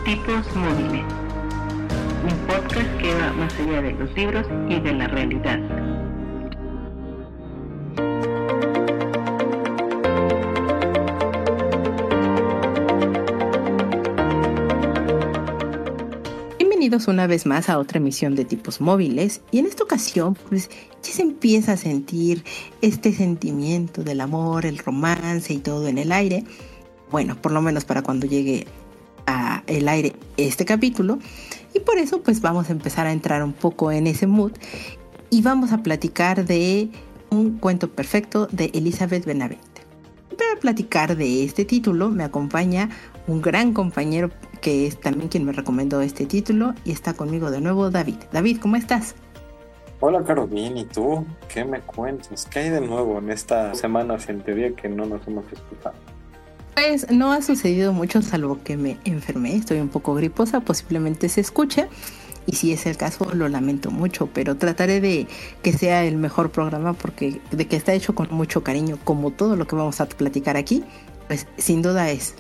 Tipos Móviles, un podcast que va más allá de los libros y de la realidad. Bienvenidos una vez más a otra emisión de Tipos Móviles, y en esta ocasión pues ya se empieza a sentir este sentimiento del amor, el romance y todo en el aire. Bueno, por lo menos para cuando llegue a el aire este capítulo, y por eso pues vamos a empezar a entrar un poco en ese mood y vamos a platicar de Un cuento perfecto de Elizabeth Benavent. Para platicar de este título me acompaña un gran compañero que es también quien me recomendó este título, y está conmigo de nuevo David. David, ¿cómo estás? Hola, Caro, bien, ¿y tú? ¿Qué me cuentas? ¿Qué hay de nuevo en esta semana en teoría que no nos hemos escuchado? Pues no ha sucedido mucho, salvo que me enfermé, estoy un poco griposa, posiblemente se escuche, y si es el caso lo lamento mucho, pero trataré de que sea el mejor programa, porque de que está hecho con mucho cariño, como todo lo que vamos a platicar aquí, pues sin duda es.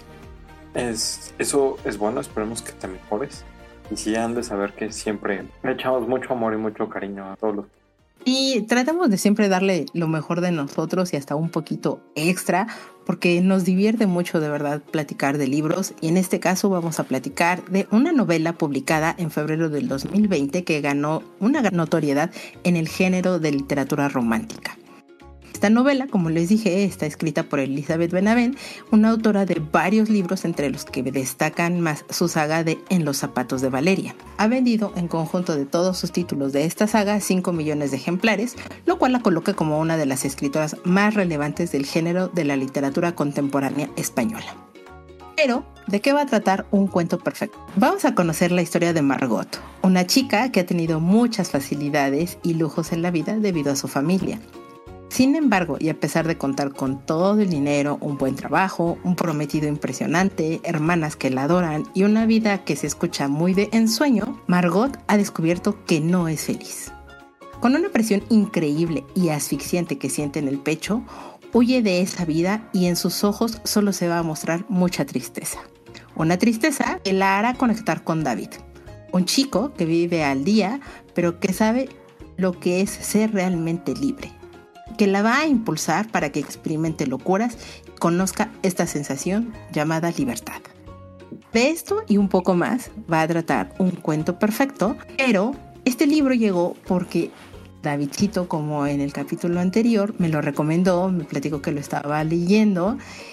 Eso es bueno, esperemos que te mejores. Y sí, han de saber que siempre le echamos mucho amor y mucho cariño a todos los... Y tratamos de siempre darle lo mejor de nosotros y hasta un poquito extra, porque nos divierte mucho de verdad platicar de libros, y en este caso vamos a platicar de una novela publicada en febrero del 2020 que ganó una notoriedad en el género de literatura romántica. Esta novela, como les dije, está escrita por Elizabeth Benavent, una autora de varios libros, entre los que destacan más su saga de En los zapatos de Valeria. Ha vendido en conjunto de todos sus títulos de esta saga 5 millones de ejemplares, lo cual la coloca como una de las escritoras más relevantes del género de la literatura contemporánea española. Pero, ¿de qué va a tratar Un cuento perfecto? Vamos a conocer la historia de Margot, una chica que ha tenido muchas facilidades y lujos en la vida debido a su familia. Sin embargo, y a pesar de contar con todo el dinero, un buen trabajo, un prometido impresionante, hermanas que la adoran y una vida que se escucha muy de ensueño, Margot ha descubierto que no es feliz. Con una presión increíble y asfixiante que siente en el pecho, huye de esa vida y en sus ojos solo se va a mostrar mucha tristeza. Una tristeza que la hará conectar con David, un chico que vive al día, pero que sabe lo que es ser realmente libre, que la va a impulsar para que experimente locuras y conozca esta sensación llamada libertad. De esto y un poco más va a tratar Un cuento perfecto, pero este libro llegó porque Davidcito, como en el capítulo anterior, me lo recomendó, me platicó que lo estaba leyendo,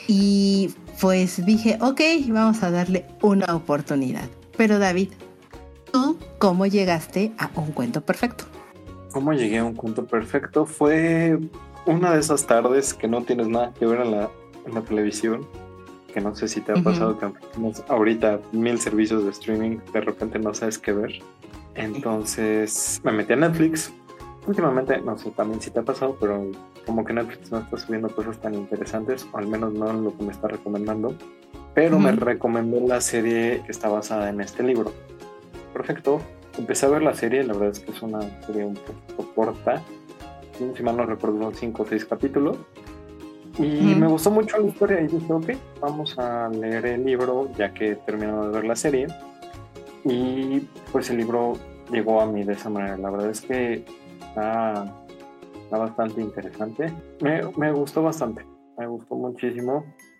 y pues dije, ok, vamos a darle una oportunidad. Pero David, ¿tú cómo llegaste a Un cuento perfecto? ¿Cómo llegué a Un cuento perfecto? Fue una de esas tardes que no tienes nada que ver en la televisión, que no sé si te ha pasado que tienes ahorita 1000 servicios de streaming, de repente no sabes qué ver. Entonces me metí a Netflix. Últimamente, no sé también si te ha pasado, pero como que Netflix no está subiendo cosas tan interesantes, o al menos no en lo que me está recomendando, pero me recomendó la serie que está basada en este libro. Perfecto. Empecé a ver la serie, la verdad es que es una serie un poco corta, si mal no recuerdo son 5 o 6 capítulos, y me gustó mucho la historia y dije, ok, vamos a leer el libro ya que he terminado de ver la serie, y pues el libro llegó a mí de esa manera. La verdad es que está bastante interesante, me gustó bastante, me gustó muchísimo.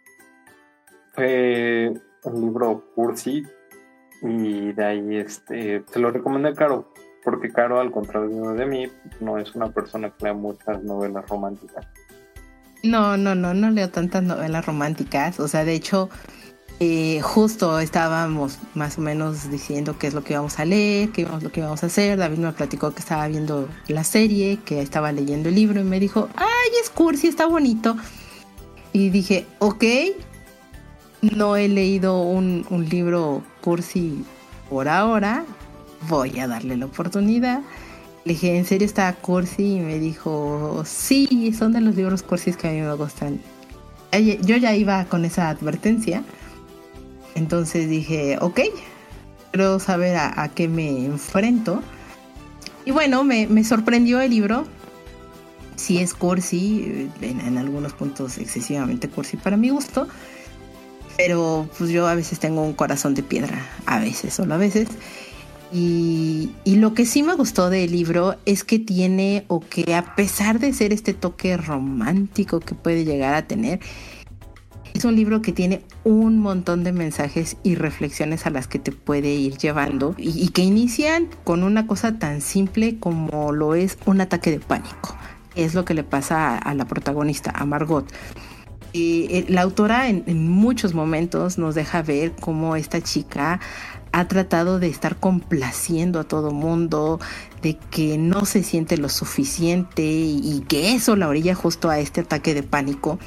Fue un libro cursi, y de ahí se lo recomendé a Caro, porque Caro, al contrario de mí, no es una persona que lea muchas novelas románticas. No leo tantas novelas románticas. O sea, de hecho, justo estábamos más o menos diciendo qué es lo que íbamos a leer, qué es lo que íbamos a hacer. David me platicó que estaba viendo la serie, que estaba leyendo el libro, y me dijo, ay, es cursi, está bonito. Y dije, ok, no he leído un libro cursi por ahora, voy a darle la oportunidad. Le dije, ¿en serio está cursi? Y me dijo, sí, son de los libros cursis que a mí me gustan. Yo ya iba con esa advertencia, entonces dije, ok, quiero saber a qué me enfrento. Y bueno, me sorprendió el libro. Sí es cursi, en algunos puntos excesivamente cursi para mi gusto. Pero pues yo a veces tengo un corazón de piedra, a veces, solo a veces. Y lo que sí me gustó del libro es que tiene, o que a pesar de ser este toque romántico que puede llegar a tener, es un libro que tiene un montón de mensajes y reflexiones a las que te puede ir llevando y que inician con una cosa tan simple como lo es un ataque de pánico. Es lo que le pasa a la protagonista, a Margot. La autora en muchos momentos nos deja ver cómo esta chica ha tratado de estar complaciendo a todo mundo, de que no se siente lo suficiente y que eso la orilla justo a este ataque de pánico.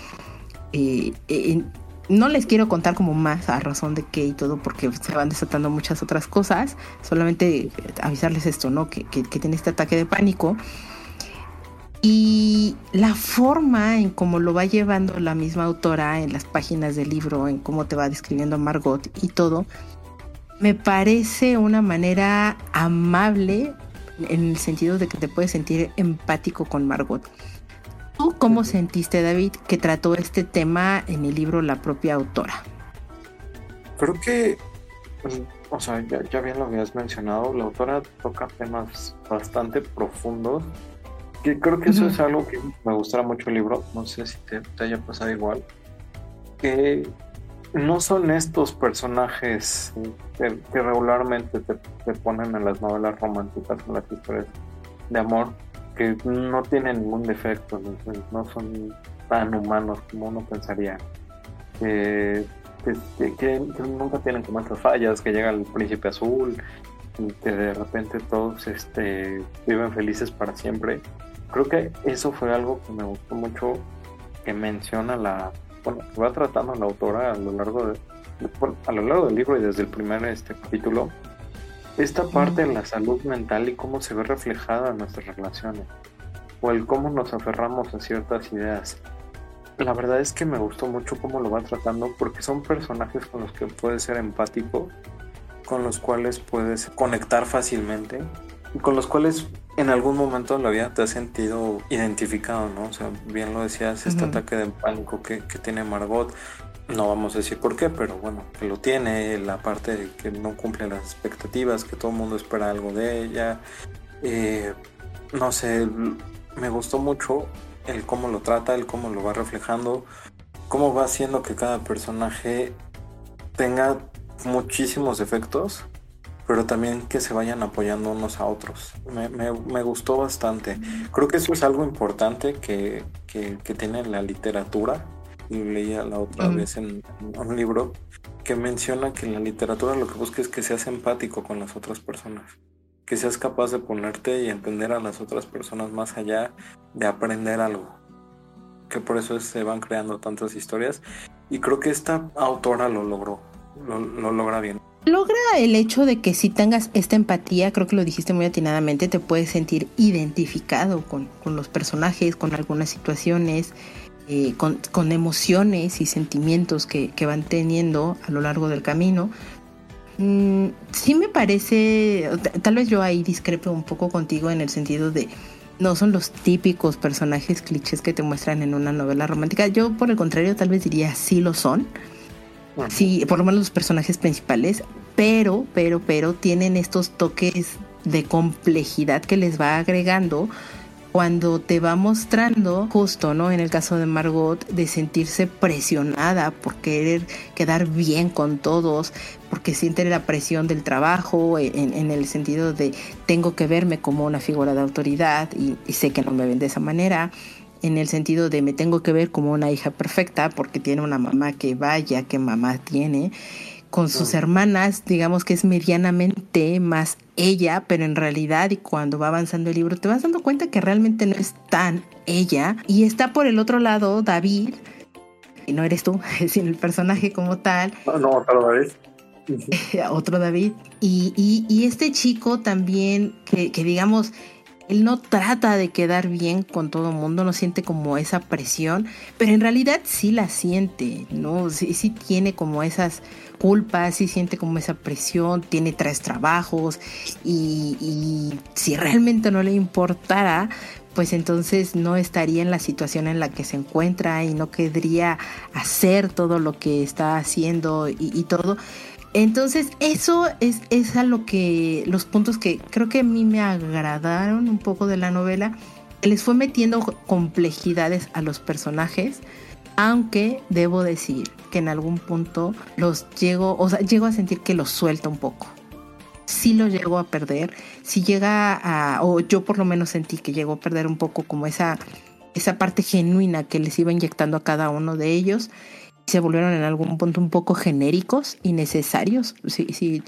No les quiero contar como más a razón de qué y todo, porque se van desatando muchas otras cosas. Solamente avisarles esto, ¿no? Que tiene este ataque de pánico. Y la forma en cómo lo va llevando la misma autora en las páginas del libro, en cómo te va describiendo a Margot y todo, me parece una manera amable en el sentido de que te puedes sentir empático con Margot. ¿Tú cómo sentiste, David, que trató este tema en el libro la propia autora? Creo que, o sea, ya bien lo habías mencionado, la autora toca temas bastante profundos, que creo que eso es algo que me gustará mucho el libro, no sé si te haya pasado igual, que no son estos personajes que regularmente te ponen en las novelas románticas, en las historias de amor, que no tienen ningún defecto, no son tan humanos como uno pensaría, que nunca tienen como estas fallas, que llega el príncipe azul y que de repente todos viven felices para siempre. Creo que eso fue algo que me gustó mucho, que menciona que va tratando la autora a lo largo del libro y desde el primer capítulo, esta parte de la salud mental y cómo se ve reflejada en nuestras relaciones, o el cómo nos aferramos a ciertas ideas. La verdad es que me gustó mucho cómo lo va tratando, porque son personajes con los que puedes ser empático, con los cuales puedes conectar fácilmente y con los cuales en algún momento de la vida te has sentido identificado, ¿no? O sea, bien lo decías, este ataque de pánico que tiene Margot, no vamos a decir por qué, pero bueno, que lo tiene, la parte de que no cumple las expectativas, que todo el mundo espera algo de ella, no sé, me gustó mucho el cómo lo trata, el cómo lo va reflejando, cómo va haciendo que cada personaje tenga muchísimos defectos, pero también que se vayan apoyando unos a otros. Me gustó bastante. Creo que eso es algo importante que tiene la literatura. Lo leía la otra vez en un libro que menciona que la literatura lo que busca es que seas empático con las otras personas, que seas capaz de ponerte y entender a las otras personas más allá de aprender algo, que por eso se van creando tantas historias, y creo que esta autora lo logra bien. Logra el hecho de que si tengas esta empatía, creo que lo dijiste muy atinadamente, te puedes sentir identificado con los personajes, con algunas situaciones, con emociones y sentimientos que van teniendo a lo largo del camino. Sí me parece, tal vez yo ahí discrepo un poco contigo en el sentido de no son los típicos personajes clichés que te muestran en una novela romántica. Yo por el contrario tal vez diría sí lo son. Sí, por lo menos los personajes principales, pero tienen estos toques de complejidad que les va agregando cuando te va mostrando justo, ¿no? En el caso de Margot, de sentirse presionada por querer quedar bien con todos, porque siente la presión del trabajo en el sentido de tengo que verme como una figura de autoridad y sé que no me ven de esa manera, en el sentido de me tengo que ver como una hija perfecta porque tiene una mamá que vaya que mamá tiene, con sus hermanas, digamos que es medianamente más ella, pero en realidad y cuando va avanzando el libro te vas dando cuenta que realmente no es tan ella, y está por el otro lado David, y no eres tú, sino el personaje como tal. No, otro David. Otro David, y este chico también que digamos él no trata de quedar bien con todo el mundo, no siente como esa presión, pero en realidad sí la siente, ¿no? Sí tiene como esas culpas, sí siente como esa presión, tiene 3 trabajos y si realmente no le importara, pues entonces no estaría en la situación en la que se encuentra y no querría hacer todo lo que está haciendo y todo. Entonces eso es a lo que los puntos que creo que a mí me agradaron un poco de la novela. Les fue metiendo complejidades a los personajes, aunque debo decir que en algún punto llego a sentir que los suelta un poco. Sí lo llego a perder, o yo por lo menos sentí que llegó a perder un poco como esa parte genuina que les iba inyectando a cada uno de ellos. Se volvieron en algún punto un poco genéricos y necesarios, si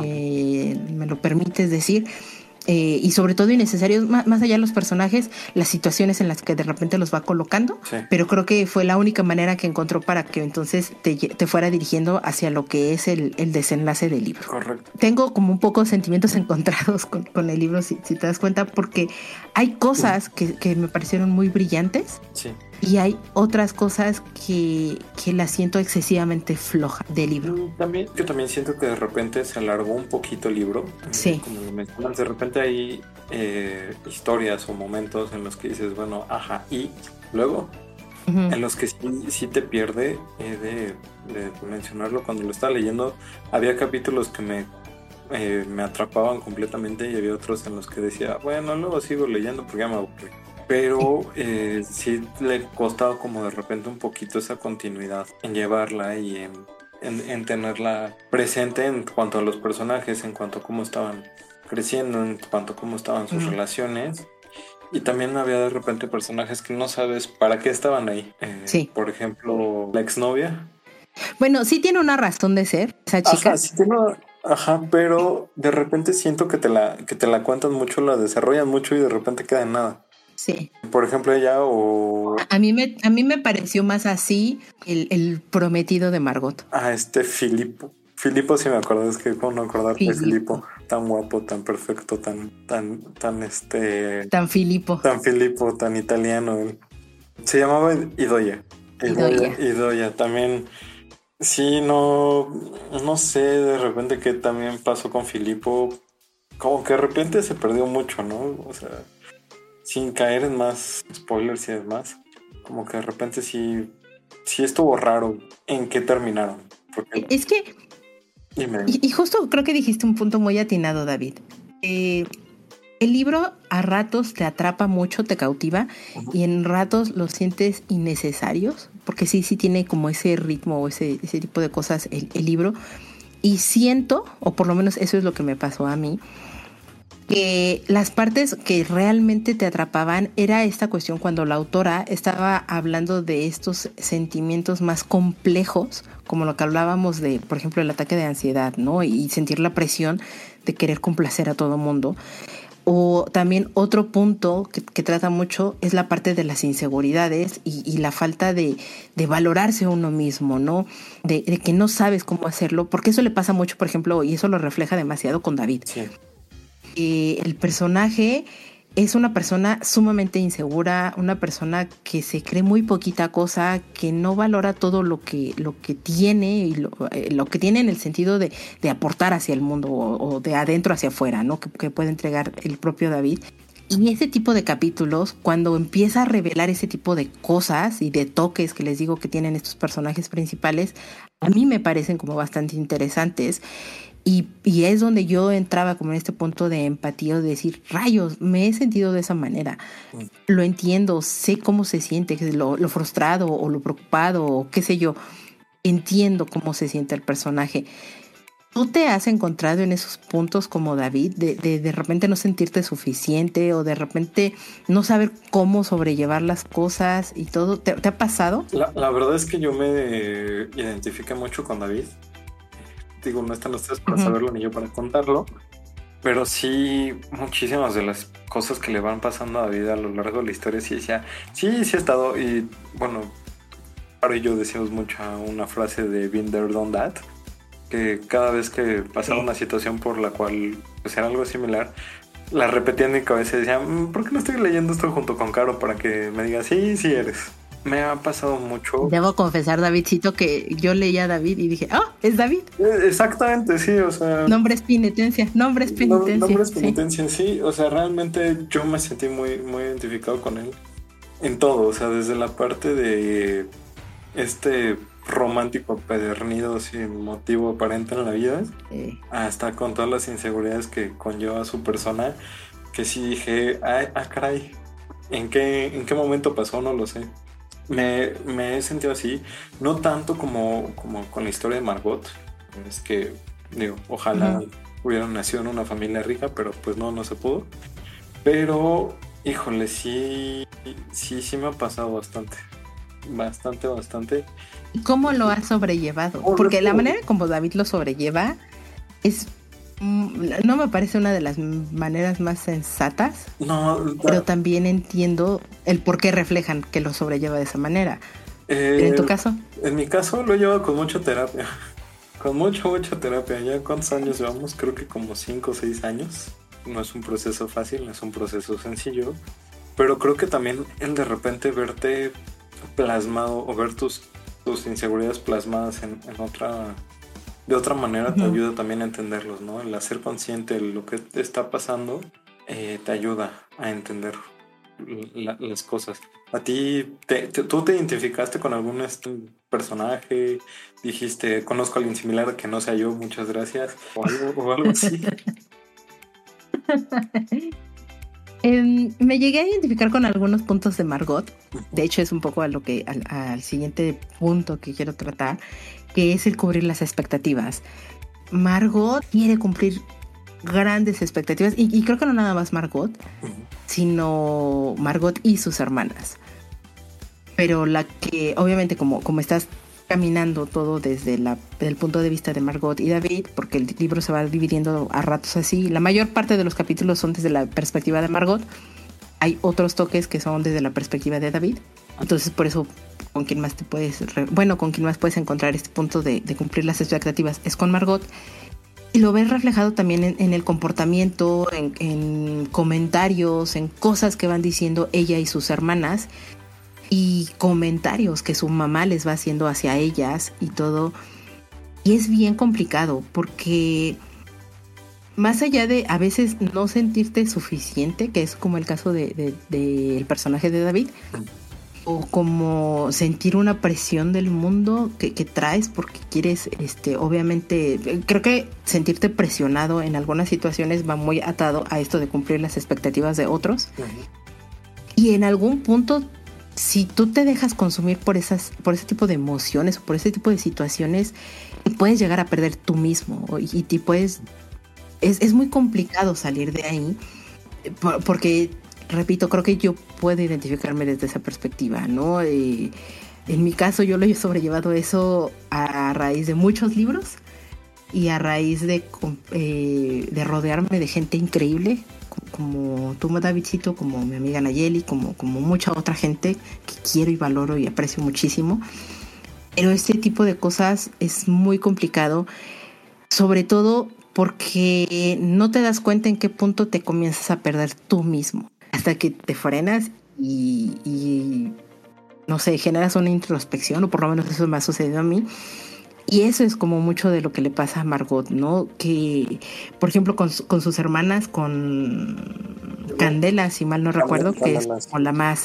me lo permites decir. Y sobre todo innecesarios, más allá de los personajes, las situaciones en las que de repente los va colocando, sí. Pero creo que fue la única manera que encontró para que entonces te fuera dirigiendo hacia lo que es el desenlace del libro. Correcto. Tengo como un poco sentimientos encontrados con el libro, si te das cuenta, porque hay cosas que me parecieron muy brillantes. Sí. Y hay otras cosas que las siento excesivamente floja del libro. Yo también siento que de repente se alargó un poquito el libro. Sí. Como lo mencionas, de repente hay historias o momentos en los que dices, bueno, ajá, y luego, en los que sí te pierde de mencionarlo. Cuando lo estaba leyendo, había capítulos que me atrapaban completamente y había otros en los que decía, bueno, luego sigo leyendo porque ya me aburrí. Pero sí le costaba como de repente un poquito esa continuidad en llevarla y en tenerla presente en cuanto a los personajes, en cuanto a cómo estaban creciendo, en cuanto a cómo estaban sus relaciones. Y también había de repente personajes que no sabes para qué estaban ahí. Sí. Por ejemplo, la exnovia. Bueno, sí tiene una razón de ser esa chica. Ajá, sí tiene pero de repente siento que te la cuentan mucho, la desarrollan mucho y de repente queda en nada. Sí. Por ejemplo, ella o... A mí me pareció más así el prometido de Margot. Filipo. Filipo, sí me acuerdo, es que cómo no acordarte de Filipo. Tan guapo, tan perfecto, tan Tan Filipo. Tan Filipo, tan italiano. Se llamaba Idoia. Idoia también. Sí, no sé de repente qué también pasó con Filipo. Como que de repente se perdió mucho, ¿no? O sea... Sin caer en más spoilers y demás, como que de repente sí estuvo raro en qué terminaron. Porque... Es que... Dime. Y justo creo que dijiste un punto muy atinado, David. El libro a ratos te atrapa mucho, te cautiva, y en ratos los sientes innecesarios, porque sí tiene como ese ritmo o ese tipo de cosas el libro. Y siento, o por lo menos eso es lo que me pasó a mí, que las partes que realmente te atrapaban era esta cuestión cuando la autora estaba hablando de estos sentimientos más complejos, como lo que hablábamos de, por ejemplo, el ataque de ansiedad, ¿no? Y sentir la presión de querer complacer a todo mundo. O también otro punto que trata mucho es la parte de las inseguridades y la falta de valorarse a uno mismo, ¿no? De que no sabes cómo hacerlo, porque eso le pasa mucho, por ejemplo, y eso lo refleja demasiado con David. Sí. El personaje es una persona sumamente insegura, una persona que se cree muy poquita cosa, que no valora todo lo que tiene y lo que tiene en el sentido de aportar hacia el mundo o de adentro hacia afuera, ¿no? Que puede entregar el propio David. Y ese tipo de capítulos, cuando empieza a revelar ese tipo de cosas y de toques que les digo que tienen estos personajes principales, a mí me parecen como bastante interesantes. Y es donde yo entraba como en este punto de empatía, de decir, rayos, me he sentido de esa manera. Lo entiendo, sé cómo se siente, lo frustrado o lo preocupado o qué sé yo. Entiendo cómo se siente el personaje. ¿Tú te has encontrado en esos puntos como David, de repente no sentirte suficiente o de repente no saber cómo sobrellevar las cosas y todo? ¿Te ha pasado? La verdad es que yo me identifiqué mucho con David. Digo, no están ustedes para saberlo ni yo para contarlo, pero sí muchísimas de las cosas que le van pasando a David a lo largo de la historia sí ha estado. Y bueno, Paro y yo decimos mucho una frase de been there, done that, que cada vez que pasaba una situación por la cual pues, era algo similar, la repetía en mi cabeza y decía, ¿por qué no estoy leyendo esto junto con Caro para que me diga sí eres? me ha pasado mucho. Debo confesar, Davidcito, que yo leía a David y dije, ¡oh, es David! Exactamente, sí, o sea... Nombre es penitencia, nombre es penitencia. Nombre es penitencia, sí. O sea, realmente yo me sentí muy, muy identificado con él en todo, o sea, desde la parte de este romántico empedernido sin motivo aparente en la vida, hasta con todas las inseguridades que conlleva su persona, que sí dije, ay, caray, ¿en qué momento pasó? No lo sé. Me he sentido así, no tanto como con la historia de Margot. Es que, digo, ojalá hubieran nacido en una familia rica, pero pues no se pudo. Pero, híjole, sí me ha pasado bastante. ¿Y cómo lo has sobrellevado? Porque la manera como David lo sobrelleva es... no me parece una de las maneras más sensatas, pero también entiendo el por qué reflejan que lo sobrelleva de esa manera. ¿En tu caso? En mi caso lo he llevado con mucha terapia, con mucha terapia. ¿Ya cuántos años llevamos? Creo que como 5 o 6 años. No es un proceso fácil, no es un proceso sencillo, pero creo que también el de repente verte plasmado o ver tus inseguridades plasmadas de otra manera te ayuda también a entenderlos, ¿no? El hacer consciente de lo que te está pasando te ayuda a entender las cosas. ¿A ti, tú te identificaste con algún personaje? Dijiste, conozco a alguien similar que no sea yo, muchas gracias, o algo así. Me llegué a identificar con algunos puntos de Margot. De hecho, es un poco al siguiente punto que quiero tratar, que es el cubrir las expectativas. Margot quiere cumplir grandes expectativas y creo que no nada más Margot, sino Margot y sus hermanas. Pero la que, obviamente, como estás caminando todo desde el punto de vista de Margot y David, porque el libro se va dividiendo a ratos así, la mayor parte de los capítulos son desde la perspectiva de Margot. Hay otros toques que son desde la perspectiva de David. Entonces, por eso, con quien más puedes encontrar este punto de cumplir las expectativas es con Margot. Y lo ves reflejado también en el comportamiento, en comentarios, en cosas que van diciendo ella y sus hermanas, y comentarios que su mamá les va haciendo hacia ellas y todo. Y es bien complicado porque más allá de a veces no sentirte suficiente, que es como el caso del personaje de David, o como sentir una presión del mundo que traes porque quieres, obviamente, creo que sentirte presionado en algunas situaciones va muy atado a esto de cumplir las expectativas de otros. Y en algún punto, si tú te dejas consumir por ese tipo de emociones o por ese tipo de situaciones, puedes llegar a perder tú mismo y te puedes... Es muy complicado salir de ahí porque, repito, creo que yo puedo identificarme desde esa perspectiva, ¿no? En mi caso, yo lo he sobrellevado eso a raíz de muchos libros y a raíz de rodearme de gente increíble, como tú, Davidcito, como mi amiga Nayeli, como mucha otra gente que quiero y valoro y aprecio muchísimo. Pero este tipo de cosas es muy complicado, sobre todo porque no te das cuenta en qué punto te comienzas a perder tú mismo, hasta que te frenas y no sé, generas una introspección, o por lo menos eso me ha sucedido a mí. Y eso es como mucho de lo que le pasa a Margot, ¿no? Que, por ejemplo, con sus hermanas, con Candela, si mal no recuerdo, que es como la más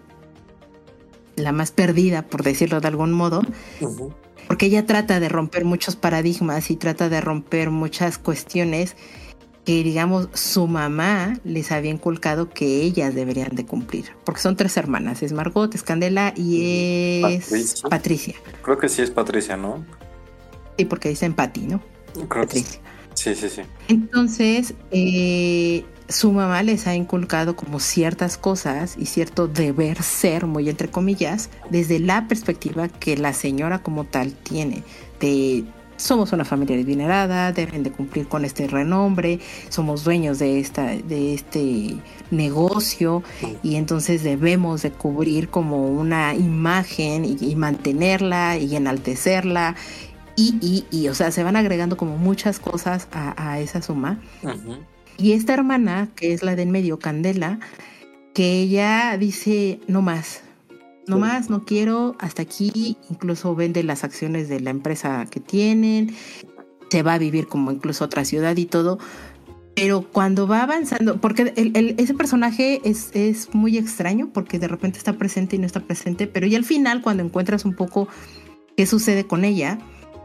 perdida, por decirlo de algún modo, porque ella trata de romper muchos paradigmas y trata de romper muchas cuestiones que, digamos, su mamá les había inculcado que ellas deberían de cumplir, porque son 3 hermanas, es Margot, es Candela y es Patricia. Creo que sí es Patricia, ¿no? Sí, porque dicen Pati, ¿no? Creo Patricia. Sí. Entonces, su mamá les ha inculcado como ciertas cosas y cierto deber ser, muy entre comillas, desde la perspectiva que la señora como tal tiene, de somos una familia adinerada, deben de cumplir con este renombre, somos dueños de este negocio y entonces debemos de cubrir como una imagen y mantenerla y enaltecerla. Y o sea, se van agregando como muchas cosas a esa suma. Y esta hermana, que es la de en medio, Candela, que ella dice, no más, no más, no quiero, hasta aquí, incluso vende las acciones de la empresa que tienen, se va a vivir como incluso a otra ciudad y todo. Pero cuando va avanzando, porque ese personaje es muy extraño, porque de repente está presente y no está presente, pero ya al final, cuando encuentras un poco qué sucede con ella,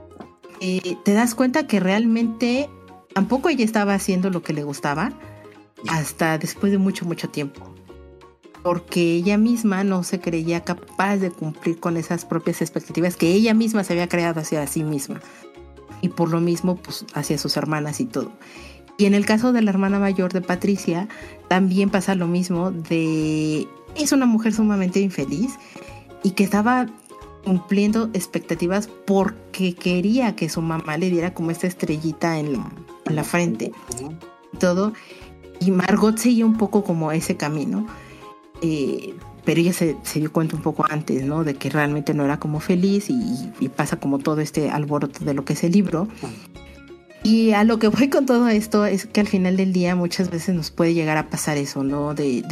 te das cuenta que realmente tampoco ella estaba haciendo lo que le gustaba hasta después de mucho, mucho tiempo. Porque ella misma no se creía capaz de cumplir con esas propias expectativas que ella misma se había creado hacia sí misma. Y por lo mismo, pues, hacia sus hermanas y todo. Y en el caso de la hermana mayor de Patricia, también pasa lo mismo es una mujer sumamente infeliz y que estaba cumpliendo expectativas porque quería que su mamá le diera como esta estrellita en la frente. Todo. Y Margot seguía un poco como ese camino. Pero ella se dio cuenta un poco antes, ¿no? De que realmente no era como feliz y pasa como todo este alboroto de lo que es el libro. Y a lo que voy con todo esto es que al final del día muchas veces nos puede llegar a pasar eso, ¿no?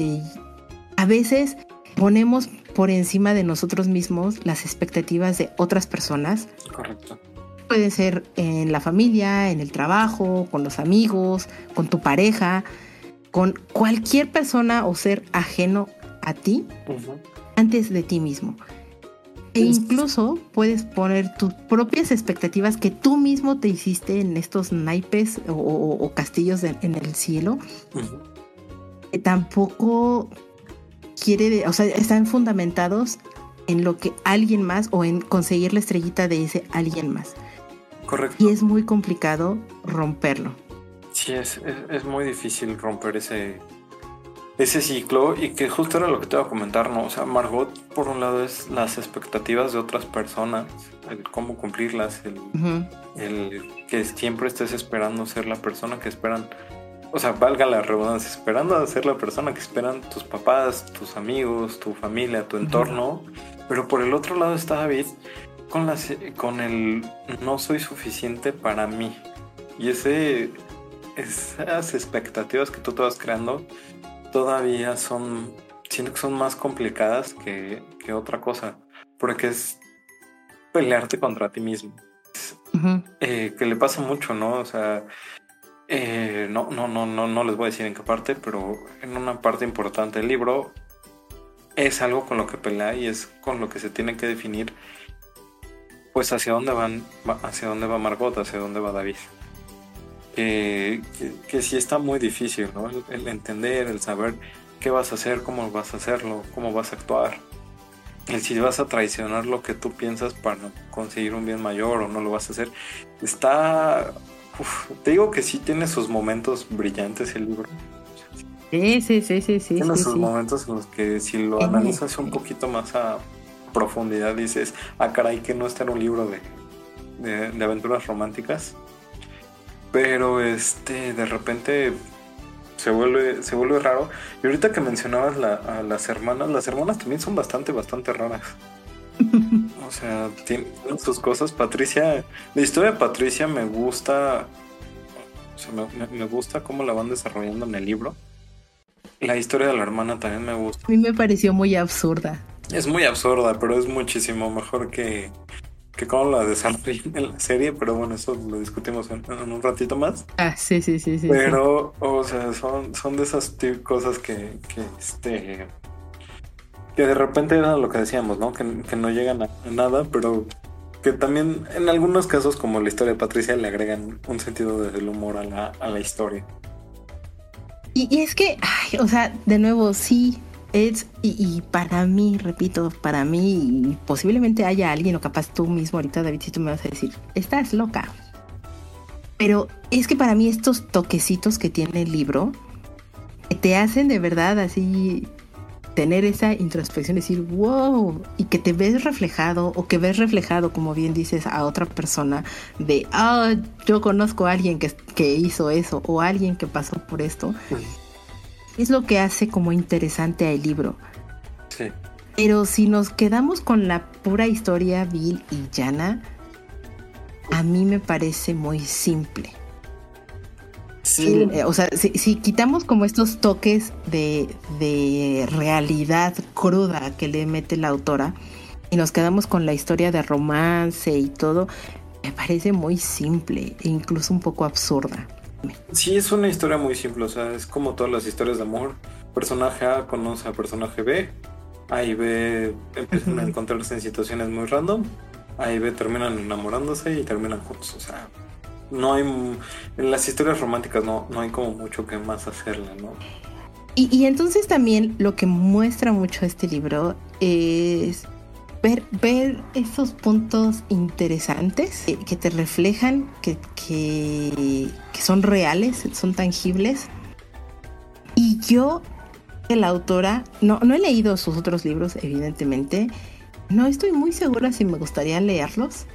A veces ponemos por encima de nosotros mismos las expectativas de otras personas. Correcto. Puede ser en la familia, en el trabajo, con los amigos, con tu pareja, con cualquier persona o ser ajeno a ti, antes de ti mismo. E incluso puedes poner tus propias expectativas que tú mismo te hiciste en estos naipes o castillos en el cielo. Que tampoco o sea, están fundamentados en lo que alguien más o en conseguir la estrellita de ese alguien más. Correcto. Y es muy complicado romperlo. Sí, es muy difícil romper ese ciclo, y que justo era lo que te iba a comentar, ¿no? O sea, Margot, por un lado, es las expectativas de otras personas, el cómo cumplirlas, el que siempre estés esperando ser la persona que esperan, o sea, valga la redundancia, esperando a ser la persona que esperan tus papás, tus amigos, tu familia, tu entorno. Pero por el otro lado está David con el no soy suficiente para mí. Y esas expectativas que tú te vas creando todavía siento que son más complicadas que otra cosa, porque es pelearte contra ti mismo. Que le pasa mucho, ¿no? O sea, no les voy a decir en qué parte, pero en una parte importante del libro es algo con lo que pelea y es con lo que se tiene que definir, pues hacia dónde va Margot, hacia dónde va David. Que sí está muy difícil, ¿no? El entender, el saber qué vas a hacer, cómo vas a hacerlo, cómo vas a actuar. El si vas a traicionar lo que tú piensas para conseguir un bien mayor o no lo vas a hacer. Te digo que sí tiene sus momentos brillantes el libro. Sí. Tiene sus momentos en los que si lo analizas un poquito más a profundidad dices, caray, que no está en un libro de aventuras románticas. Pero de repente se vuelve raro. Y ahorita que mencionabas a las hermanas también son bastante raras. O sea, tienen sus cosas. Patricia, la historia de Patricia me gusta. O sea, me gusta cómo la van desarrollando en el libro. La historia de la hermana también me gusta. A mí me pareció muy absurda. Es muy absurda, pero es muchísimo mejor que cómo la desarrollan en la serie, pero bueno, eso lo discutimos en un ratito más. Sí. Pero, o sea, son de esas cosas que de repente era lo que decíamos, ¿no? Que no llegan a nada, pero que también en algunos casos, como la historia de Patricia, le agregan un sentido del humor a la historia. Y es que, o sea, de nuevo, sí. Y para mí, repito, y posiblemente haya alguien, o capaz tú mismo ahorita, David, si tú me vas a decir, estás loca. Pero es que para mí estos toquecitos que tiene el libro te hacen de verdad así tener esa introspección, decir, wow, y que te ves reflejado, o que ves reflejado, como bien dices, a otra persona de, yo conozco a alguien que hizo eso, o alguien que pasó por esto. Es lo que hace como interesante al libro. Sí. Pero si nos quedamos con la pura historia vil y llana, a mí me parece muy simple. Sí. O sea, si quitamos como estos toques de realidad cruda que le mete la autora y nos quedamos con la historia de romance y todo, me parece muy simple e incluso un poco absurda. Sí, es una historia muy simple, o sea, es como todas las historias de amor. Personaje A conoce a personaje B, A y B empiezan a encontrarse en situaciones muy random, A y B terminan enamorándose y terminan juntos, o sea, no hay, en las historias románticas no hay como mucho que más hacerle, ¿no? Y entonces también lo que muestra mucho este libro es ver esos puntos interesantes que te reflejan, que son reales, son tangibles. Y yo, la autora, no he leído sus otros libros, evidentemente. No estoy muy segura si me gustaría leerlos.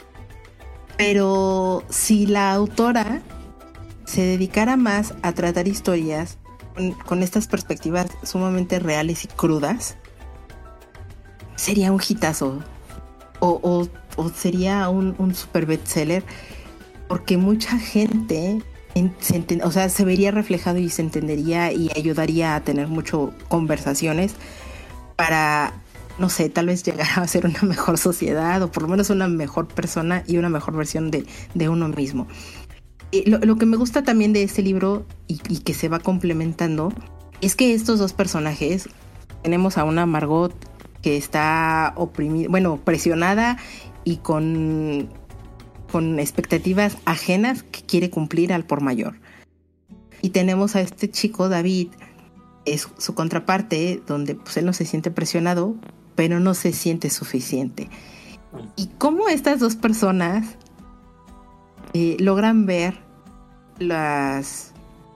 Pero si la autora se dedicara más a tratar historias con estas perspectivas sumamente reales y crudas, sería un hitazo o sería un super bestseller, porque mucha gente se vería reflejado y se entendería y ayudaría a tener mucho conversaciones para, no sé, tal vez llegar a ser una mejor sociedad o por lo menos una mejor persona y una mejor versión de uno mismo. Lo que me gusta también de este libro y que se va complementando es que estos dos personajes, tenemos a una Margot que está oprimida, bueno, presionada y con expectativas ajenas que quiere cumplir al por mayor. Y tenemos a este chico, David, es su contraparte, donde pues él no se siente presionado, pero no se siente suficiente. Y cómo estas dos personas logran ver las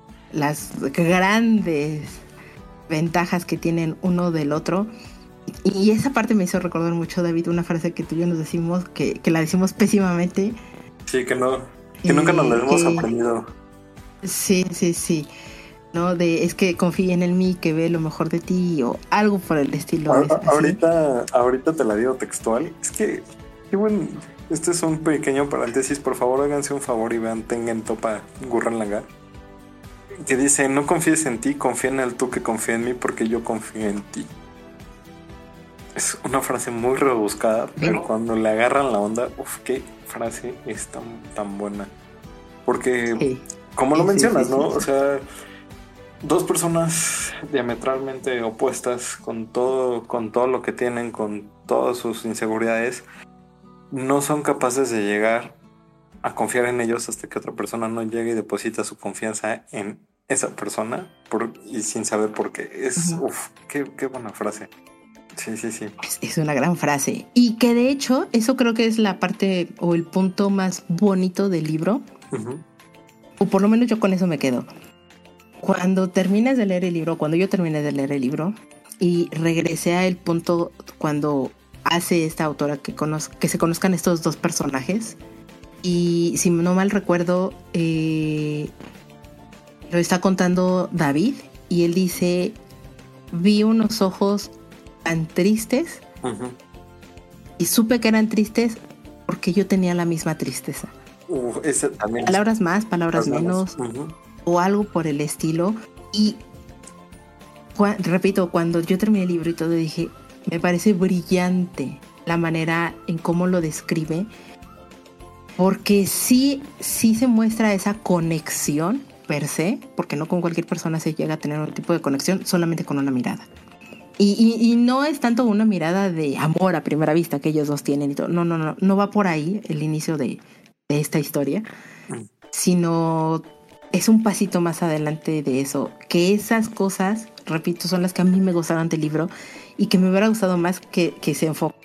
grandes ventajas que tienen uno del otro. Y esa parte me hizo recordar mucho, David, una frase que tú y yo nos decimos, que la decimos pésimamente. Sí, que nunca nos la hemos aprendido. Sí. ¿No? Es que confíen en mí, que ve lo mejor de ti, o algo por el estilo. Ahorita te la digo textual. Es que, qué bueno. Este es un pequeño paréntesis. Por favor, háganse un favor y vean Tengen Toppa Gurren Lagann, que dice: no confíes en ti, confía en el tú que confía en mí, porque yo confío en ti. Es una frase muy rebuscada, pero cuando le agarran la onda, qué frase es tan buena. Porque, como lo mencionas, ¿no? O sea, dos personas diametralmente opuestas, con todo lo que tienen, con todas sus inseguridades, no son capaces de llegar a confiar en ellos hasta que otra persona no llegue y deposita su confianza en esa persona y sin saber por qué. Es, qué buena frase. Sí. Es una gran frase. Y que de hecho, eso creo que es la parte o el punto más bonito del libro. O por lo menos yo con eso me quedo. Cuando terminas de leer el libro, cuando yo terminé de leer el libro y regresé a el punto cuando hace esta autora que se conozcan estos dos personajes, y si no mal recuerdo, lo está contando David y él dice: vi unos ojos tan tristes y supe que eran tristes porque yo tenía la misma tristeza. Ese también palabras más, palabras menos, o algo por el estilo. Y repito, cuando yo terminé el libro y todo, dije, me parece brillante la manera en cómo lo describe, porque sí se muestra esa conexión per se, porque no con cualquier persona se llega a tener un tipo de conexión solamente con una mirada. Y no es tanto una mirada de amor a primera vista que ellos dos tienen y todo. No va por ahí el inicio de esta historia, sino es un pasito más adelante de eso. Que esas cosas, repito, son las que a mí me gustaron del libro y que me hubiera gustado más que se enfoque.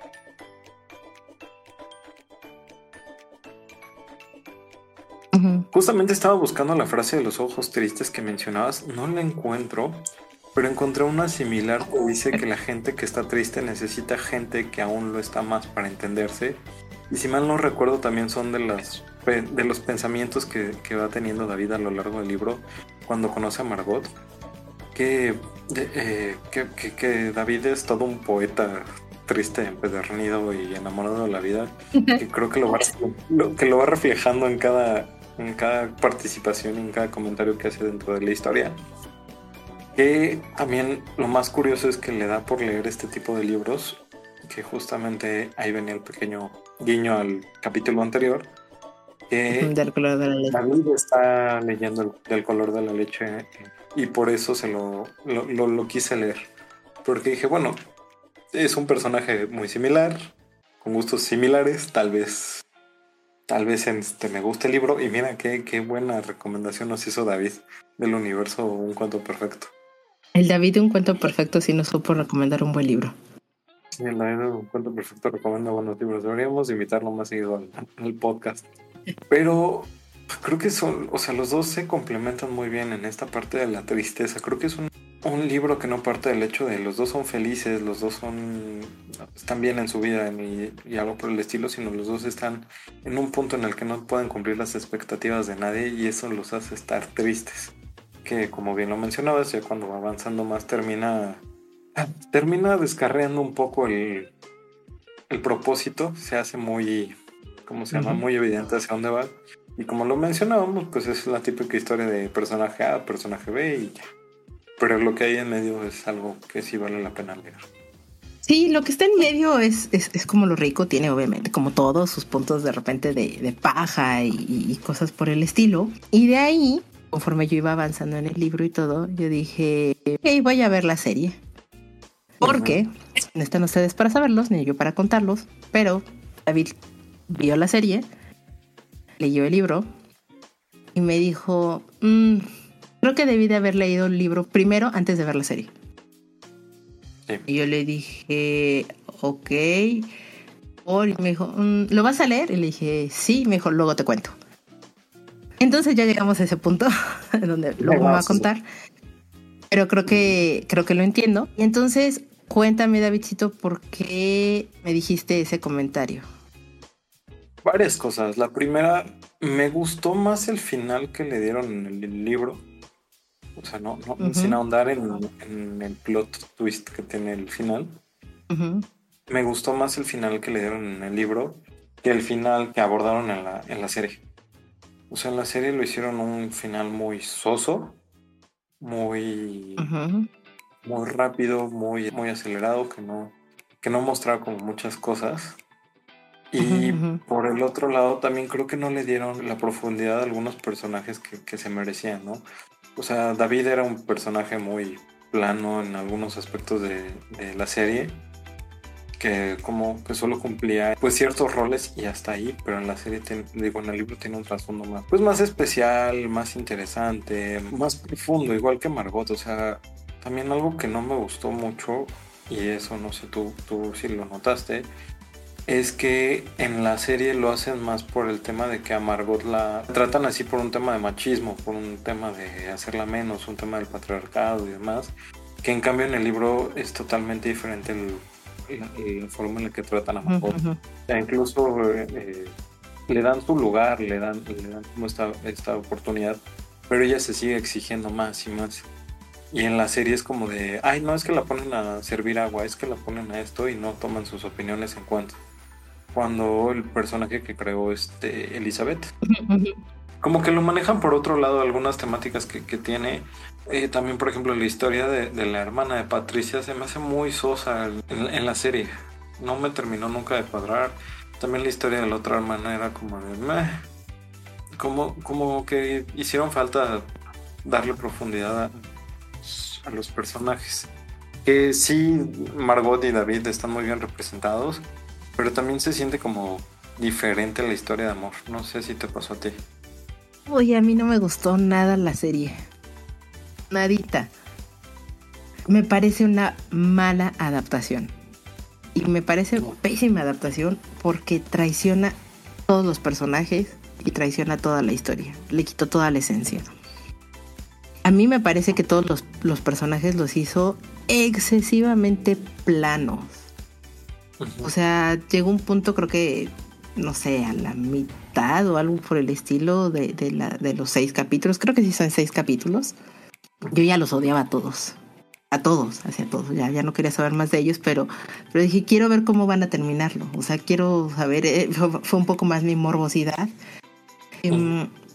Justamente estaba buscando la frase de los ojos tristes que mencionabas, no la encuentro, pero encontré una similar que dice que la gente que está triste necesita gente que aún lo está más para entenderse. Y si mal no recuerdo, también son de los pensamientos que va teniendo David a lo largo del libro cuando conoce a Margot, que David es todo un poeta triste, empedernido y enamorado de la vida, que creo que lo va reflejando en cada en cada participación, en cada comentario que hace dentro de la historia. Que también lo más curioso es que le da por leer este tipo de libros, que justamente ahí venía el pequeño guiño al capítulo anterior, que Del color de la leche. David está leyendo del color de la leche y por eso se lo quise leer. Porque dije, bueno, es un personaje muy similar, con gustos similares, tal vez me guste el libro. Y mira qué buena recomendación nos hizo David del universo Un Cuento Perfecto. El David de Un Cuento Perfecto sí nos supo recomendar un buen libro. Sí, el David de Un Cuento Perfecto recomienda buenos libros. Deberíamos invitarlo más seguido al podcast. Pero creo que los dos se complementan muy bien en esta parte de la tristeza. Creo que es un libro que no parte del hecho de los dos son felices, los dos están bien en su vida y algo por el estilo, sino los dos están en un punto en el que no pueden cumplir las expectativas de nadie y eso los hace estar tristes. Que como bien lo mencionabas, ya cuando va avanzando más termina descarriando un poco el propósito, se hace muy... ¿cómo se llama? Muy evidente hacia dónde va. Y como lo mencionábamos, pues es la típica historia de personaje A, personaje B y ya. Pero lo que hay en medio es algo que sí vale la pena leer. Sí, lo que está en medio es como lo rico, tiene obviamente como todos sus puntos de repente de paja y cosas por el estilo. Y de ahí, conforme yo iba avanzando en el libro y todo, yo dije, ok, voy a ver la serie. Porque no están ustedes para saberlos, ni yo para contarlos, pero David vio la serie, leyó el libro y me dijo, creo que debí de haber leído el libro primero antes de ver la serie. Sí. Y yo le dije, ok. Y me dijo, ¿lo vas a leer? Y le dije, sí. Me dijo, luego te cuento. Entonces ya llegamos a ese punto donde luego me va a contar. Pero creo que lo entiendo. Y entonces, cuéntame, Davidcito, ¿por qué me dijiste ese comentario? Varias cosas. La primera, me gustó más el final que le dieron en el libro. O sea, no sin ahondar en el plot twist que tiene el final. Me gustó más el final que le dieron en el libro que el final que abordaron en la serie. O sea, en la serie lo hicieron un final muy soso, muy rápido, muy acelerado, que no mostraba como muchas cosas. Y por el otro lado también creo que no le dieron la profundidad a algunos personajes que se merecían, ¿no? O sea, David era un personaje muy plano en algunos aspectos de la serie, que como que solo cumplía pues ciertos roles y hasta ahí, pero en la serie, en el libro tiene un trasfondo más especial, más interesante, más profundo, igual que Margot. O sea, también algo que no me gustó mucho, y eso no sé tú si lo notaste, es que en la serie lo hacen más por el tema de que a Margot la tratan así por un tema de machismo, por un tema de hacerla menos, un tema del patriarcado y demás, que en cambio en el libro es totalmente diferente la forma en la que tratan a Margot. O sea, incluso le dan su lugar, le dan como esta oportunidad, pero ella se sigue exigiendo más y más. Y en la serie es como de, ay, no es que la ponen a servir agua, es que la ponen a esto y no toman sus opiniones en cuenta. Cuando el personaje que creó Elizabeth, como que lo manejan por otro lado algunas temáticas que tiene. También, por ejemplo, la historia de la hermana de Patricia se me hace muy sosa en la serie. No me terminó nunca de cuadrar. También la historia de la otra hermana era como de meh. Como que hicieron falta darle profundidad a los personajes. Que sí, Margot y David están muy bien representados, pero también se siente como diferente la historia de amor. No sé si te pasó a ti. Oye, a mí no me gustó nada la serie. Nadita. Me parece una mala adaptación. Y me parece pésima adaptación porque traiciona todos los personajes y traiciona toda la historia. Le quitó toda la esencia. A mí me parece que todos los personajes los hizo excesivamente planos. O sea, llegó un punto, creo que, no sé, a la mitad o algo por el estilo de los 6 capítulos. Creo que sí son 6 capítulos. Yo ya los odiaba a todos. Hacia todos. Ya no quería saber más de ellos, pero dije, quiero ver cómo van a terminarlo. O sea, quiero saber, fue un poco más mi morbosidad.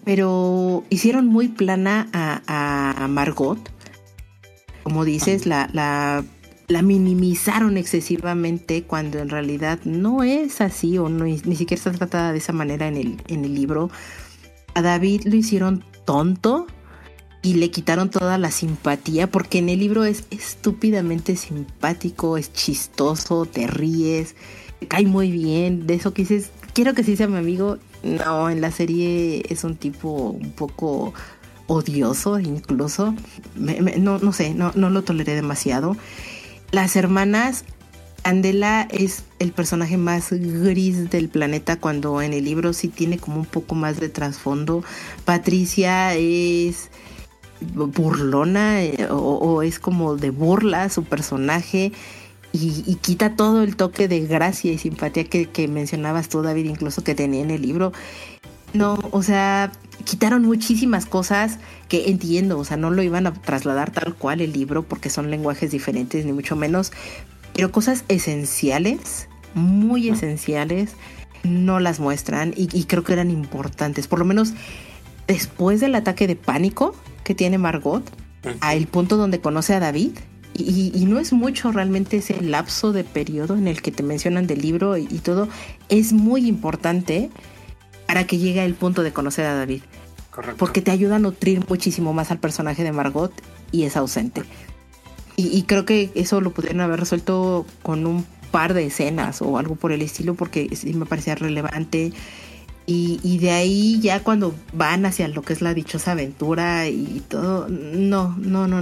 pero hicieron muy plana a Margot. Como dices, la minimizaron excesivamente cuando en realidad no es así, o no, ni siquiera está tratada de esa manera en el libro. A David lo hicieron tonto y le quitaron toda la simpatía, porque en el libro es estúpidamente simpático, es chistoso, te ríes, te cae muy bien, de eso que dices, quiero que sí sea mi amigo. No, en la serie es un tipo un poco odioso incluso. No sé, no lo toleré demasiado. Las hermanas, Candela es el personaje más gris del planeta, cuando en el libro sí tiene como un poco más de trasfondo. Patricia es burlona, o es como de burla su personaje, y quita todo el toque de gracia y simpatía que mencionabas tú, David, incluso que tenía en el libro. No, o sea, quitaron muchísimas cosas que entiendo, o sea, no lo iban a trasladar tal cual el libro porque son lenguajes diferentes, ni mucho menos, pero cosas esenciales, muy esenciales, no las muestran, y creo que eran importantes, por lo menos después del ataque de pánico que tiene Margot, a el punto donde conoce a David, y no es mucho realmente ese lapso de periodo en el que te mencionan del libro y todo, es muy importante para que llegue al punto de conocer a David. Correcto. Porque te ayuda a nutrir muchísimo más al personaje de Margot, y es ausente. Y creo que eso lo pudieron haber resuelto con un par de escenas o algo por el estilo, porque sí me parecía relevante. Y de ahí ya cuando van hacia lo que es la dichosa aventura y todo, no.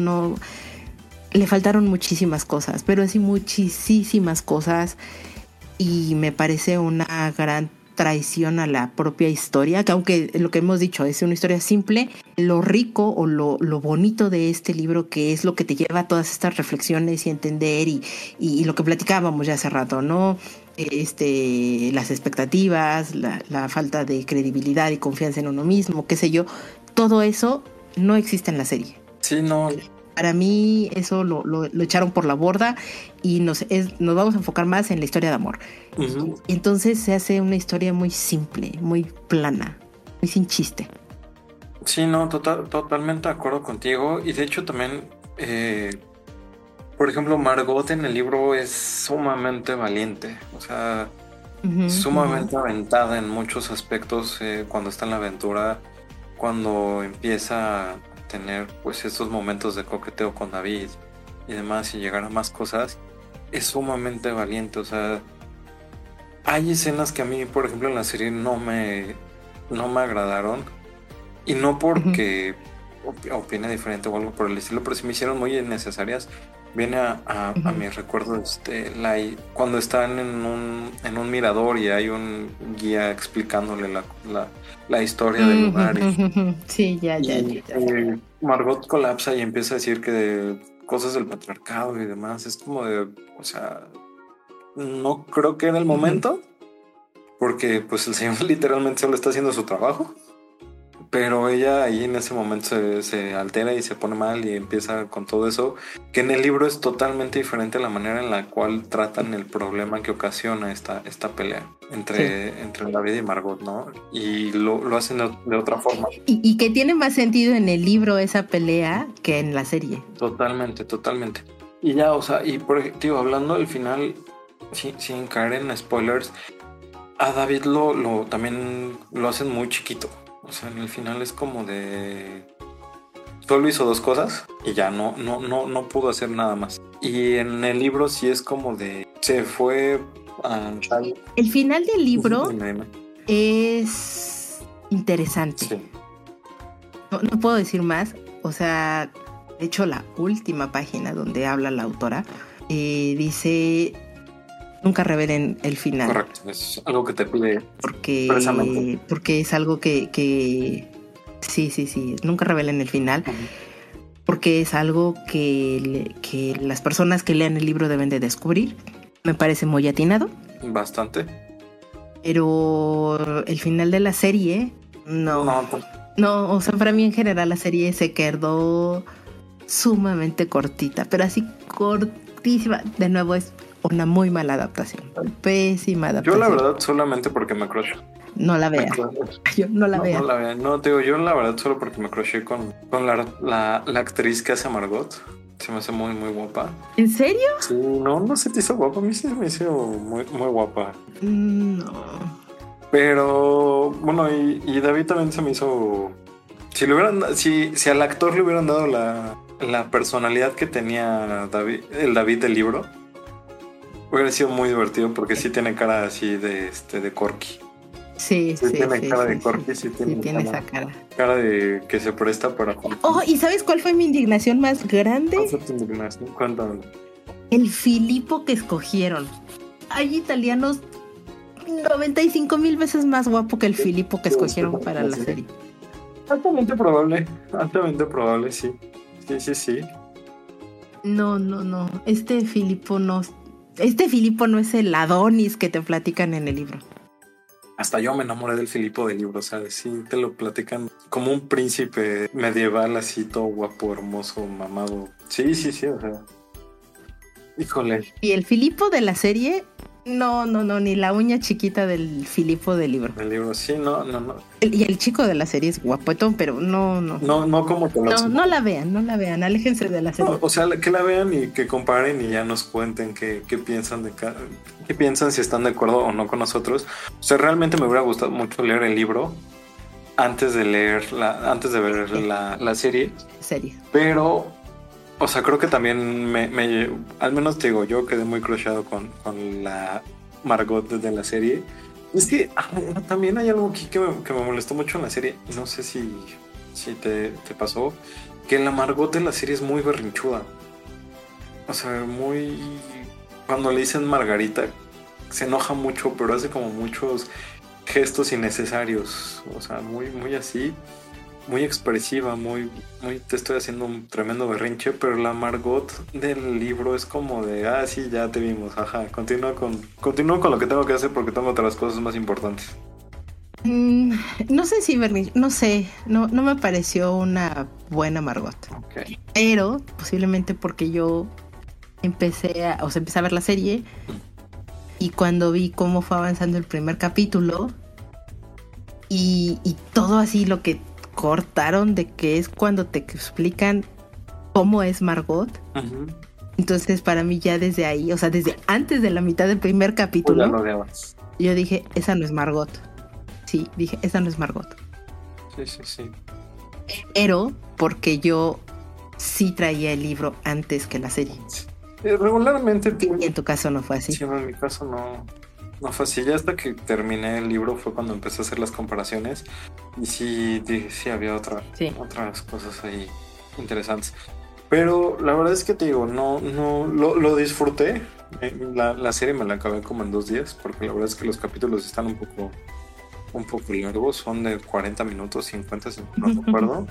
Le faltaron muchísimas cosas, pero sí muchísimas cosas, y me parece una gran traición a la propia historia, que aunque lo que hemos dicho es una historia simple, lo rico o lo bonito de este libro, que es lo que te lleva a todas estas reflexiones y entender, y lo que platicábamos ya hace rato, ¿no? Las expectativas, la falta de credibilidad y confianza en uno mismo, qué sé yo, todo eso no existe en la serie. Sí, no. Para mí eso lo echaron por la borda, y nos vamos a enfocar más en la historia de amor. Uh-huh. Entonces se hace una historia muy simple, muy plana, muy sin chiste. Sí, no, totalmente de acuerdo contigo. Y de hecho también, por ejemplo, Margot en el libro es sumamente valiente. O sea, sumamente aventada en muchos aspectos, cuando está en la aventura, cuando empieza a tener pues estos momentos de coqueteo con David y demás, y llegar a más cosas, es sumamente valiente. O sea, hay escenas que a mí, por ejemplo, en la serie no me agradaron, y no porque opine diferente o algo por el estilo, pero sí me hicieron muy innecesarias. Viene a mi recuerdo cuando están en un mirador y hay un guía explicándole la historia del lugar. Sí, ya. Margot colapsa y empieza a decir que cosas del patriarcado y demás. Es como de, o sea, no creo que en el momento, porque pues el señor literalmente solo está haciendo su trabajo. Pero ella ahí en ese momento se altera y se pone mal y empieza con todo eso, que en el libro es totalmente diferente la manera en la cual tratan el problema que ocasiona esta pelea entre David y Margot, ¿no? Y lo hacen de otra forma. Y que tiene más sentido en el libro esa pelea que en la serie. Totalmente. Y ya, o sea, y por ejemplo, hablando del final, sin caer en spoilers, a David también lo hacen muy chiquito. O sea, en el final es como de... Solo hizo 2 cosas y ya no pudo hacer nada más. Y en el libro sí es como de... Se fue a... El final del libro es interesante. Sí. No puedo decir más. O sea, de hecho la última página donde habla la autora dice... Nunca revelen el final. Correcto, es algo que te pide porque es algo que sí, nunca revelen el final, porque es algo que las personas que lean el libro deben de descubrir. Me parece muy atinado. Bastante. Pero el final de la serie, no, o sea, para mí en general la serie se quedó sumamente cortita, pero así cortísima. De nuevo es una muy mala adaptación, pésima adaptación. Yo la verdad solamente porque me crush. No la vea. Yo no la vea. No la vea. No, te digo, yo la verdad solo porque me croché con la actriz que hace a Margot. Se me hace muy, muy guapa. ¿En serio? Sí, no se te hizo guapa. A mí sí me hizo muy, muy guapa. No. Pero, bueno, y David también se me hizo... Si al actor le hubieran dado la personalidad que tenía el David del libro, hubiera sido muy divertido porque sí tiene cara así de Corky. Sí, tiene cara de Corky, sí tiene esa cara. Cara de que se presta para... Oh, ¿y sabes cuál fue mi indignación más grande? ¿Cuál fue tu indignación? Cuéntame. El Filippo que escogieron. Hay italianos 95,000 veces más guapo que el Filippo que escogieron para la serie. Altamente probable, sí. Sí. No. Este Filippo no es el Adonis que te platican en el libro. Hasta yo me enamoré del Filippo del libro, ¿sabes? Sí, te lo platican como un príncipe medieval, así todo guapo, hermoso, mamado. Sí, o sea. Híjole. Y el Filippo de la serie, no, ni la uña chiquita del Filippo del libro. Del libro, sí, no. Y el chico de la serie es guapetón, pero no. No como te lo No la vean, aléjense de la serie. No, o sea, que la vean y que comparen y ya nos cuenten qué piensan qué piensan, si están de acuerdo o no con nosotros. O sea, realmente me hubiera gustado mucho leer el libro antes de ver la serie. Pero, o sea, creo que también al menos te digo, yo quedé muy crushado con la Margot de la serie. Es que también hay algo aquí que me molestó mucho en la serie. No sé si te pasó, que la Margot de la serie es muy berrinchuda. O sea, cuando le dicen Margarita, se enoja mucho, pero hace como muchos gestos innecesarios. O sea, muy, muy así, muy expresiva, muy, te estoy haciendo un tremendo berrinche, pero la Margot del libro es como de, sí, ya te vimos, ajá, continúa con lo que tengo que hacer porque tengo otras cosas más importantes. No sé si no sé, no me pareció una buena Margot. Okay. Pero posiblemente porque yo empecé a ver la serie y cuando vi cómo fue avanzando el primer capítulo y todo así lo que cortaron de que es cuando te explican cómo es Margot. Uh-huh. Entonces para mí ya desde ahí, o sea, desde antes de la mitad del primer capítulo, yo dije, esa no es Margot. Sí, dije, esa no es Margot. Sí. Pero porque yo sí traía el libro antes que la serie. Regularmente. Y en tu caso no fue así. Sí, en mi caso no fue así. Ya hasta que terminé el libro fue cuando empecé a hacer las comparaciones. Y sí, dije, sí había otras cosas ahí interesantes. Pero la verdad es que te digo, no lo disfruté. La serie me la acabé como en 2 días, porque la verdad es que los capítulos están un poco largos, son de 40 minutos, 50, no recuerdo.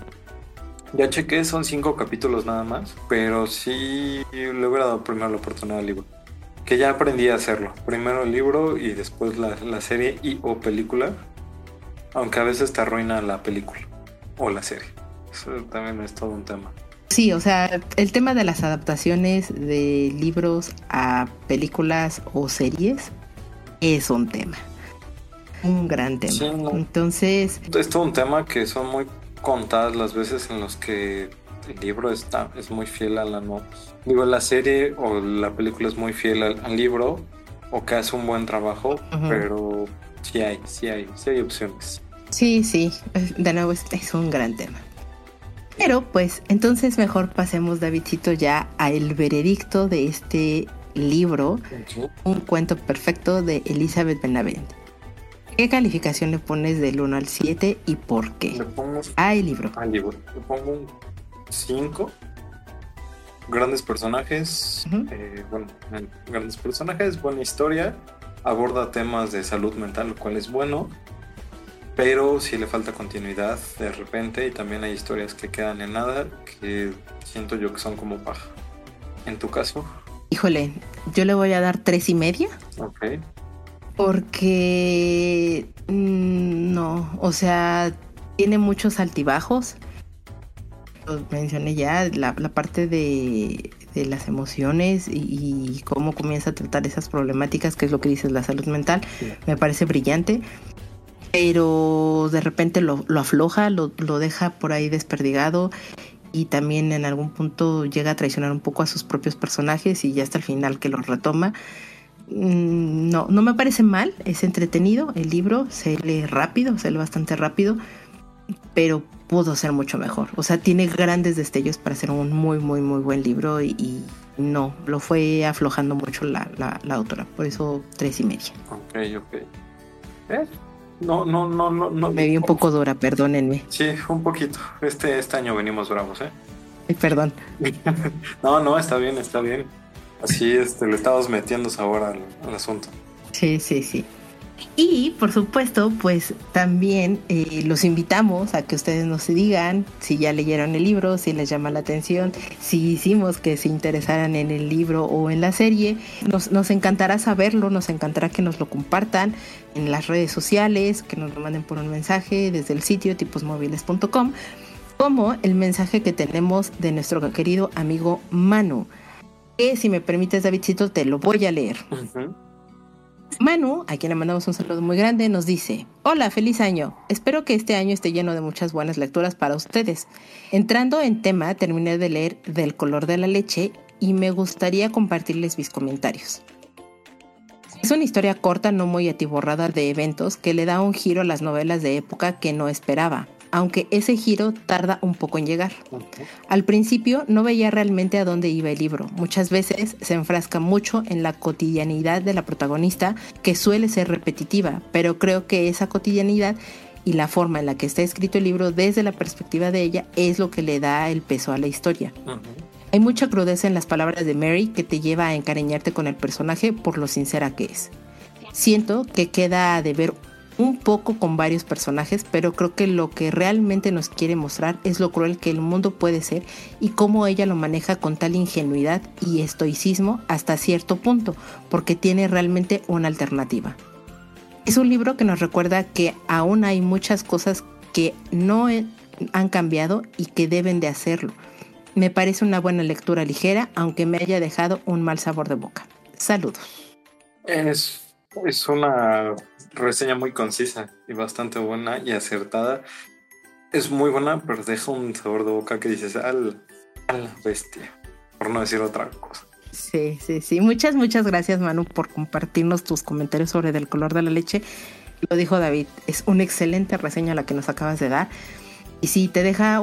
Ya chequé, son 5 capítulos nada más, pero sí le hubiera dado primero la oportunidad al libro. Que ya aprendí a hacerlo. Primero el libro y después la serie o película. Aunque a veces te arruina la película o la serie. Eso también es todo un tema. Sí, o sea, el tema de las adaptaciones de libros a películas o series es un tema. Un gran tema. Sí, no. Entonces... es todo un tema que son muy contadas las veces en los que el libro es muy fiel a la serie o la película es muy fiel al libro o que hace un buen trabajo, uh-huh. Pero sí hay opciones. Sí, de nuevo es un gran tema. Pero pues entonces mejor pasemos, Davidcito, ya a el veredicto de este libro, uh-huh. Un cuento perfecto de Elizabeth Benavent. ¿Qué calificación le pones del 1 al 7 y por qué? Le pongo el libro. Le pongo un 5. Grandes personajes, uh-huh. Grandes personajes, buena historia, aborda temas de salud mental, lo cual es bueno, pero sí le falta continuidad de repente y también hay historias que quedan en nada que siento yo que son como paja. ¿En tu caso? Híjole, yo le voy a dar 3.5. Ok. Porque no, o sea, tiene muchos altibajos. Lo mencioné ya, la parte de las emociones y cómo comienza a tratar esas problemáticas, que es lo que dices, la salud mental, sí. Me parece brillante. pero de repente lo afloja, lo deja por ahí desperdigado y también en algún punto llega a traicionar un poco a sus propios personajes y ya hasta el final que los retoma. No me parece mal, es entretenido el libro, se lee rápido, se lee bastante rápido, pero pudo ser mucho mejor. O sea, tiene grandes destellos para ser un muy, muy, muy buen libro y no, lo fue aflojando mucho la autora, por eso 3.5. Ok. No. Me vi un poco dura, perdónenme. Sí, un poquito. Este año venimos bravos, ¿eh? Ay, perdón. No, está bien. Así le estamos metiendo sabor al asunto. Sí. Y por supuesto, pues también los invitamos a que ustedes nos digan si ya leyeron el libro, si les llama la atención, si hicimos que se interesaran en el libro o en la serie. Nos encantará saberlo, nos encantará que nos lo compartan en las redes sociales, que nos lo manden por un mensaje desde el sitio tiposmóviles.com, como el mensaje que tenemos de nuestro querido amigo Manu, que si me permites, Davidcito, te lo voy a leer. Uh-huh. Manu, a quien le mandamos un saludo muy grande, nos dice: hola, feliz año. Espero que este año esté lleno de muchas buenas lecturas para ustedes. Entrando en tema, terminé de leer Del color de la leche y me gustaría compartirles mis comentarios. Es una historia corta, no muy atiborrada de eventos, que le da un giro a las novelas de época que no esperaba, aunque ese giro tarda un poco en llegar. Al principio no veía realmente a dónde iba el libro. Muchas veces se enfrasca mucho en la cotidianidad de la protagonista, que suele ser repetitiva, pero creo que esa cotidianidad y la forma en la que está escrito el libro desde la perspectiva de ella es lo que le da el peso a la historia. Hay mucha crudeza en las palabras de Mary que te lleva a encariñarte con el personaje por lo sincera que es. Siento que queda a deber un poco con varios personajes, pero creo que lo que realmente nos quiere mostrar es lo cruel que el mundo puede ser y cómo ella lo maneja con tal ingenuidad y estoicismo hasta cierto punto, porque tiene realmente una alternativa. Es un libro que nos recuerda que aún hay muchas cosas que no han cambiado y que deben de hacerlo. Me parece una buena lectura ligera, aunque me haya dejado un mal sabor de boca. Saludos. Es una reseña muy concisa y bastante buena y acertada. Es muy buena, pero deja un sabor de boca que dices a la bestia, por no decir otra cosa. Sí. Muchas gracias, Manu, por compartirnos tus comentarios sobre Del color de la leche. Lo dijo David, es una excelente reseña la que nos acabas de dar. Y sí, te deja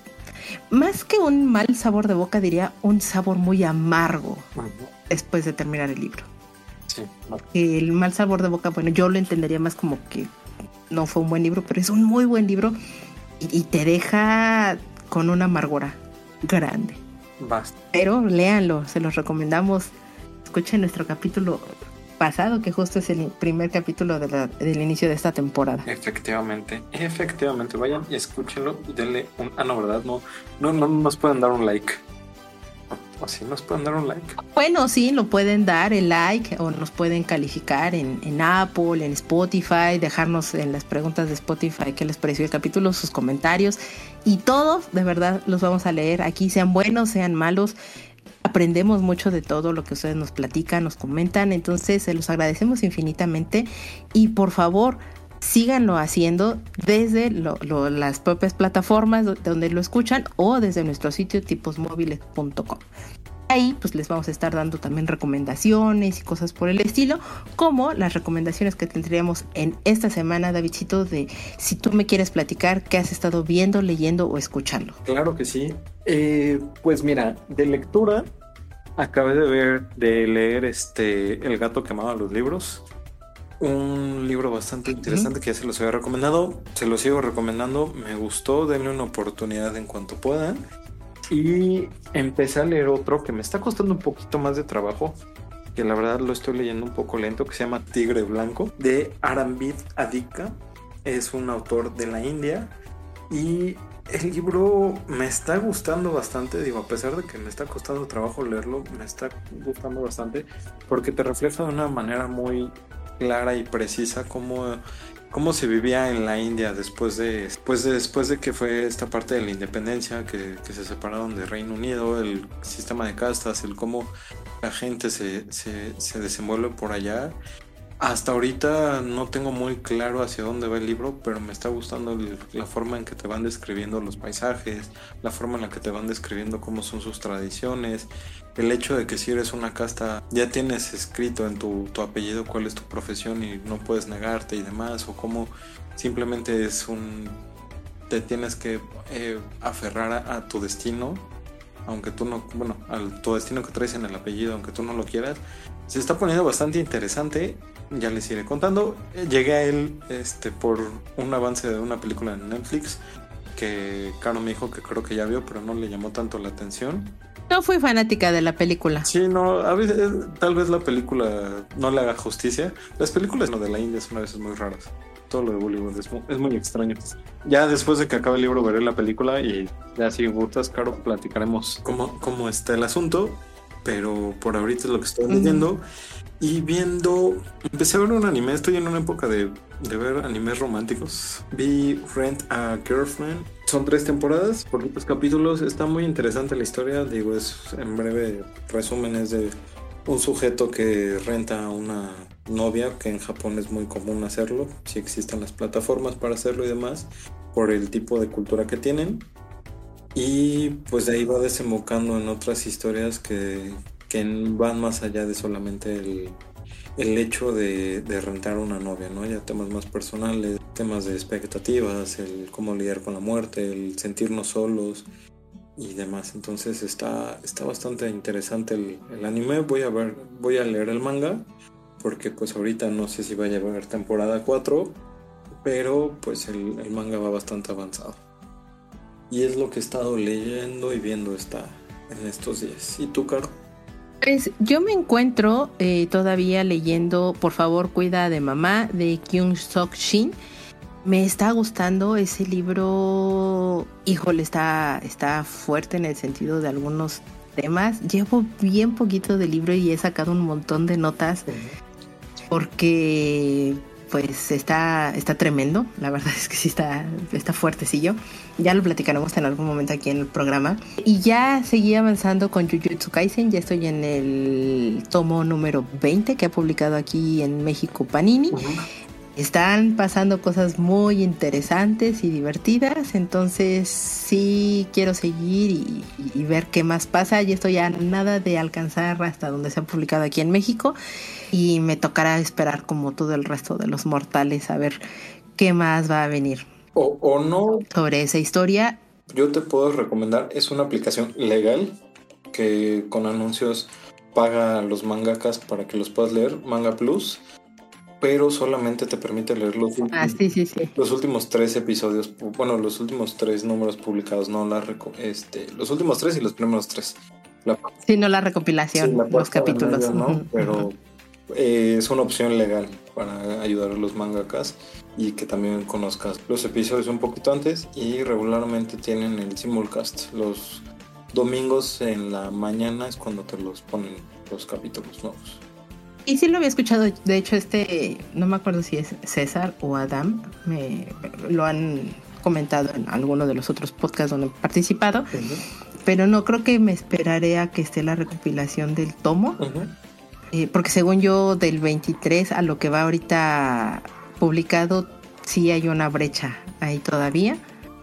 más que un mal sabor de boca, diría un sabor muy amargo después de terminar el libro. Sí. El mal sabor de boca, bueno, yo lo entendería más como que no fue un buen libro, pero es un muy buen libro y te deja con una amargura grande. Basta. Pero léanlo, se los recomendamos. Escuchen nuestro capítulo pasado, que justo es el primer capítulo del inicio de esta temporada. Efectivamente, vayan y escúchenlo y denle no, ¿verdad? No nos pueden dar un like. ¿O sí nos pueden dar un like? Bueno, sí, lo pueden dar el like o nos pueden calificar en Apple, en Spotify, dejarnos en las preguntas de Spotify qué les pareció el capítulo, sus comentarios y todos, de verdad, los vamos a leer aquí, sean buenos, sean malos. Aprendemos mucho de todo lo que ustedes nos platican, nos comentan, entonces se los agradecemos infinitamente y por favor síganlo haciendo desde las propias plataformas donde lo escuchan o desde nuestro sitio tiposmóviles.com. Ahí pues les vamos a estar dando también recomendaciones y cosas por el estilo, como las recomendaciones que tendríamos en esta semana, Davidcito, de si tú me quieres platicar qué has estado viendo, leyendo o escuchando. Claro que sí. Pues mira, de lectura acabé de leer El gato que amaba los libros. Un libro bastante interesante que ya se los había recomendado. Se los sigo recomendando. Me gustó. Denle una oportunidad en cuanto puedan. Y empecé a leer otro que me está costando un poquito más de trabajo, que la verdad lo estoy leyendo un poco lento, que se llama Tigre Blanco, de Aramvid Adhika. Es un autor de la India. Y el libro me está gustando bastante, digo, a pesar de que me está costando trabajo leerlo, me está gustando bastante, porque te refleja de una manera muy clara y precisa cómo se vivía en la India después de que fue esta parte de la independencia, que se separaron del Reino Unido, el sistema de castas, el cómo la gente se desenvuelve por allá. Hasta ahorita no tengo muy claro hacia dónde va el libro, pero me está gustando la forma en que te van describiendo los paisajes, la forma en la que te van describiendo cómo son sus tradiciones, el hecho de que si eres una casta ya tienes escrito en tu apellido cuál es tu profesión y no puedes negarte y demás, o cómo simplemente te tienes que aferrar a tu destino, aunque tú no, bueno, a tu destino que traes en el apellido, aunque tú no lo quieras. Se está poniendo bastante interesante. Ya les iré contando. Llegué a él por un avance de una película en Netflix que Caro me dijo que creo que ya vio, pero no le llamó tanto la atención. No fui fanática de la película. Sí, no, a veces tal vez la película no le haga justicia. Las películas de la India son a veces muy raras. Todo lo de Bollywood es muy extraño. Ya después de que acabe el libro veré la película y ya si gustas, Caro, platicaremos cómo está el asunto. Pero por ahorita es lo que estoy leyendo. Y empecé a ver un anime. Estoy en una época de ver animes románticos. Vi Rent a Girlfriend. Son 3 temporadas, poquitos capítulos. Está muy interesante la historia. Digo, en breve resumen, es de un sujeto que renta a una novia, que en Japón es muy común hacerlo, si existen las plataformas para hacerlo y demás, por el tipo de cultura que tienen. Y pues de ahí va desembocando en otras historias que van más allá de solamente el hecho de rentar una novia, ¿no? Ya temas más personales, temas de expectativas, el cómo lidiar con la muerte, el sentirnos solos y demás. Entonces está bastante interesante el anime. Voy a leer el manga, porque pues ahorita no sé si va a llevar temporada 4, pero pues el manga va bastante avanzado. Y es lo que he estado leyendo y viendo en estos días. ¿Y tú, Caro? Pues yo me encuentro todavía leyendo Por favor, cuida de mamá, de Kyung Sok Shin. Me está gustando ese libro. Híjole, está fuerte en el sentido de algunos temas. Llevo bien poquito de libro y he sacado un montón de notas porque pues está tremendo. La verdad es que sí está fuertecillo. Ya lo platicaremos en algún momento aquí en el programa. Y ya seguí avanzando con Jujutsu Kaisen. Ya estoy en el tomo número 20 que ha publicado aquí en México Panini. Están pasando cosas muy interesantes y divertidas, entonces sí quiero seguir y ver qué más pasa. Ya estoy a nada de alcanzar hasta donde se ha publicado aquí en México y me tocará esperar como todo el resto de los mortales a ver qué más va a venir. O no. Sobre esa historia. Yo te puedo recomendar, es una aplicación legal que con anuncios paga a los mangakas para que los puedas leer, Manga Plus. Pero solamente te permite leer los últimos 3 episodios, bueno, los últimos 3 números publicados, no los últimos 3 y los primeros 3. No la recopilación, los capítulos. Medio, ¿no? Pero es una opción legal para ayudar a los mangakas y que también conozcas los episodios un poquito antes, y regularmente tienen el simulcast. Los domingos en la mañana es cuando te los ponen los capítulos nuevos. Y sí lo había escuchado, de hecho no me acuerdo si es César o Adam, lo han comentado en alguno de los otros podcasts donde he participado, pero no creo que me esperaré a que esté la recopilación del tomo, porque según yo del 23 a lo que va ahorita publicado sí hay una brecha ahí todavía,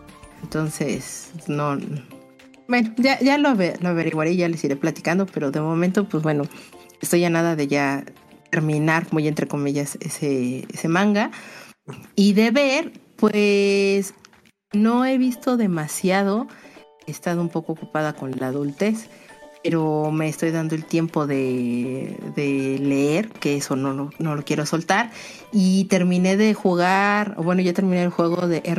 entonces no, bueno, ya lo averiguaré y ya les iré platicando, pero de momento pues bueno, estoy a nada de ya terminar, muy entre comillas, ese manga. Y de ver, pues no he visto demasiado. He estado un poco ocupada con la adultez, pero me estoy dando el tiempo de leer, que eso no lo quiero soltar. Y terminé de jugar, ya terminé el juego de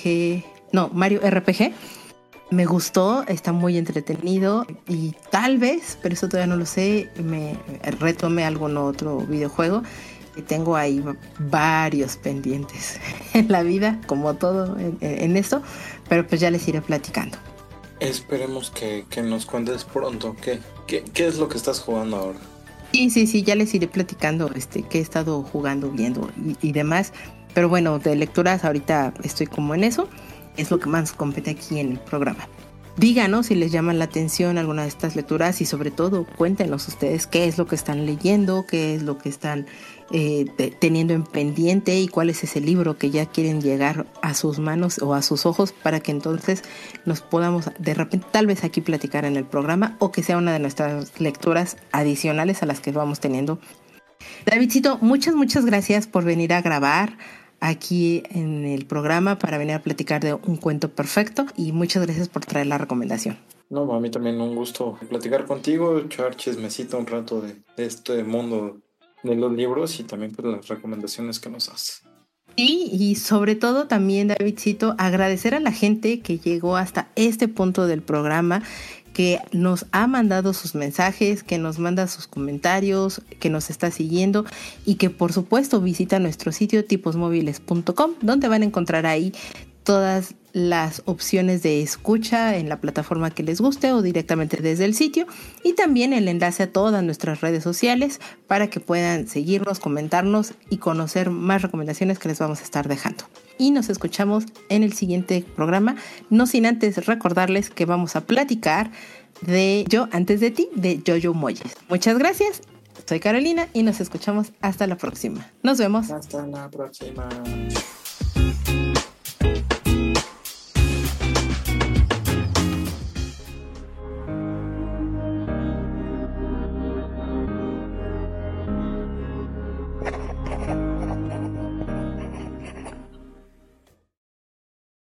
Mario RPG. Me gustó, está muy entretenido y tal vez, pero eso todavía no lo sé, me retome algún otro videojuego. Y tengo ahí varios pendientes en la vida, como todo en esto, pero pues ya les iré platicando. Esperemos que nos cuentes pronto qué es lo que estás jugando ahora. Sí, ya les iré platicando qué he estado jugando, viendo y demás. Pero bueno, de lecturas ahorita estoy como en eso. Es lo que más compete aquí en el programa. díganos si les llaman la atención alguna de estas lecturas y sobre todo cuéntenos ustedes qué es lo que están leyendo, qué es lo que están teniendo en pendiente y cuál es ese libro que ya quieren llegar a sus manos o a sus ojos para que entonces nos podamos de repente tal vez aquí platicar en el programa o que sea una de nuestras lecturas adicionales a las que vamos teniendo. Davidcito, muchas gracias por venir a grabar aquí en el programa para venir a platicar de Un Cuento Perfecto y muchas gracias por traer la recomendación. No, a mí también un gusto platicar contigo, echar chismecito un rato de este mundo de los libros y también pues las recomendaciones que nos haces. Sí, y sobre todo también, Davidcito, agradecer a la gente que llegó hasta este punto del programa, que nos ha mandado sus mensajes, que nos manda sus comentarios, que nos está siguiendo y que por supuesto visita nuestro sitio tiposmoviles.com, donde van a encontrar ahí todas las opciones de escucha en la plataforma que les guste o directamente desde el sitio, y también el enlace a todas nuestras redes sociales para que puedan seguirnos, comentarnos y conocer más recomendaciones que les vamos a estar dejando. Y nos escuchamos en el siguiente programa, no sin antes recordarles que vamos a platicar de Yo antes de ti, de Jojo Moyes. Muchas gracias, soy Carolina y nos escuchamos hasta la próxima. Nos vemos. Hasta la próxima.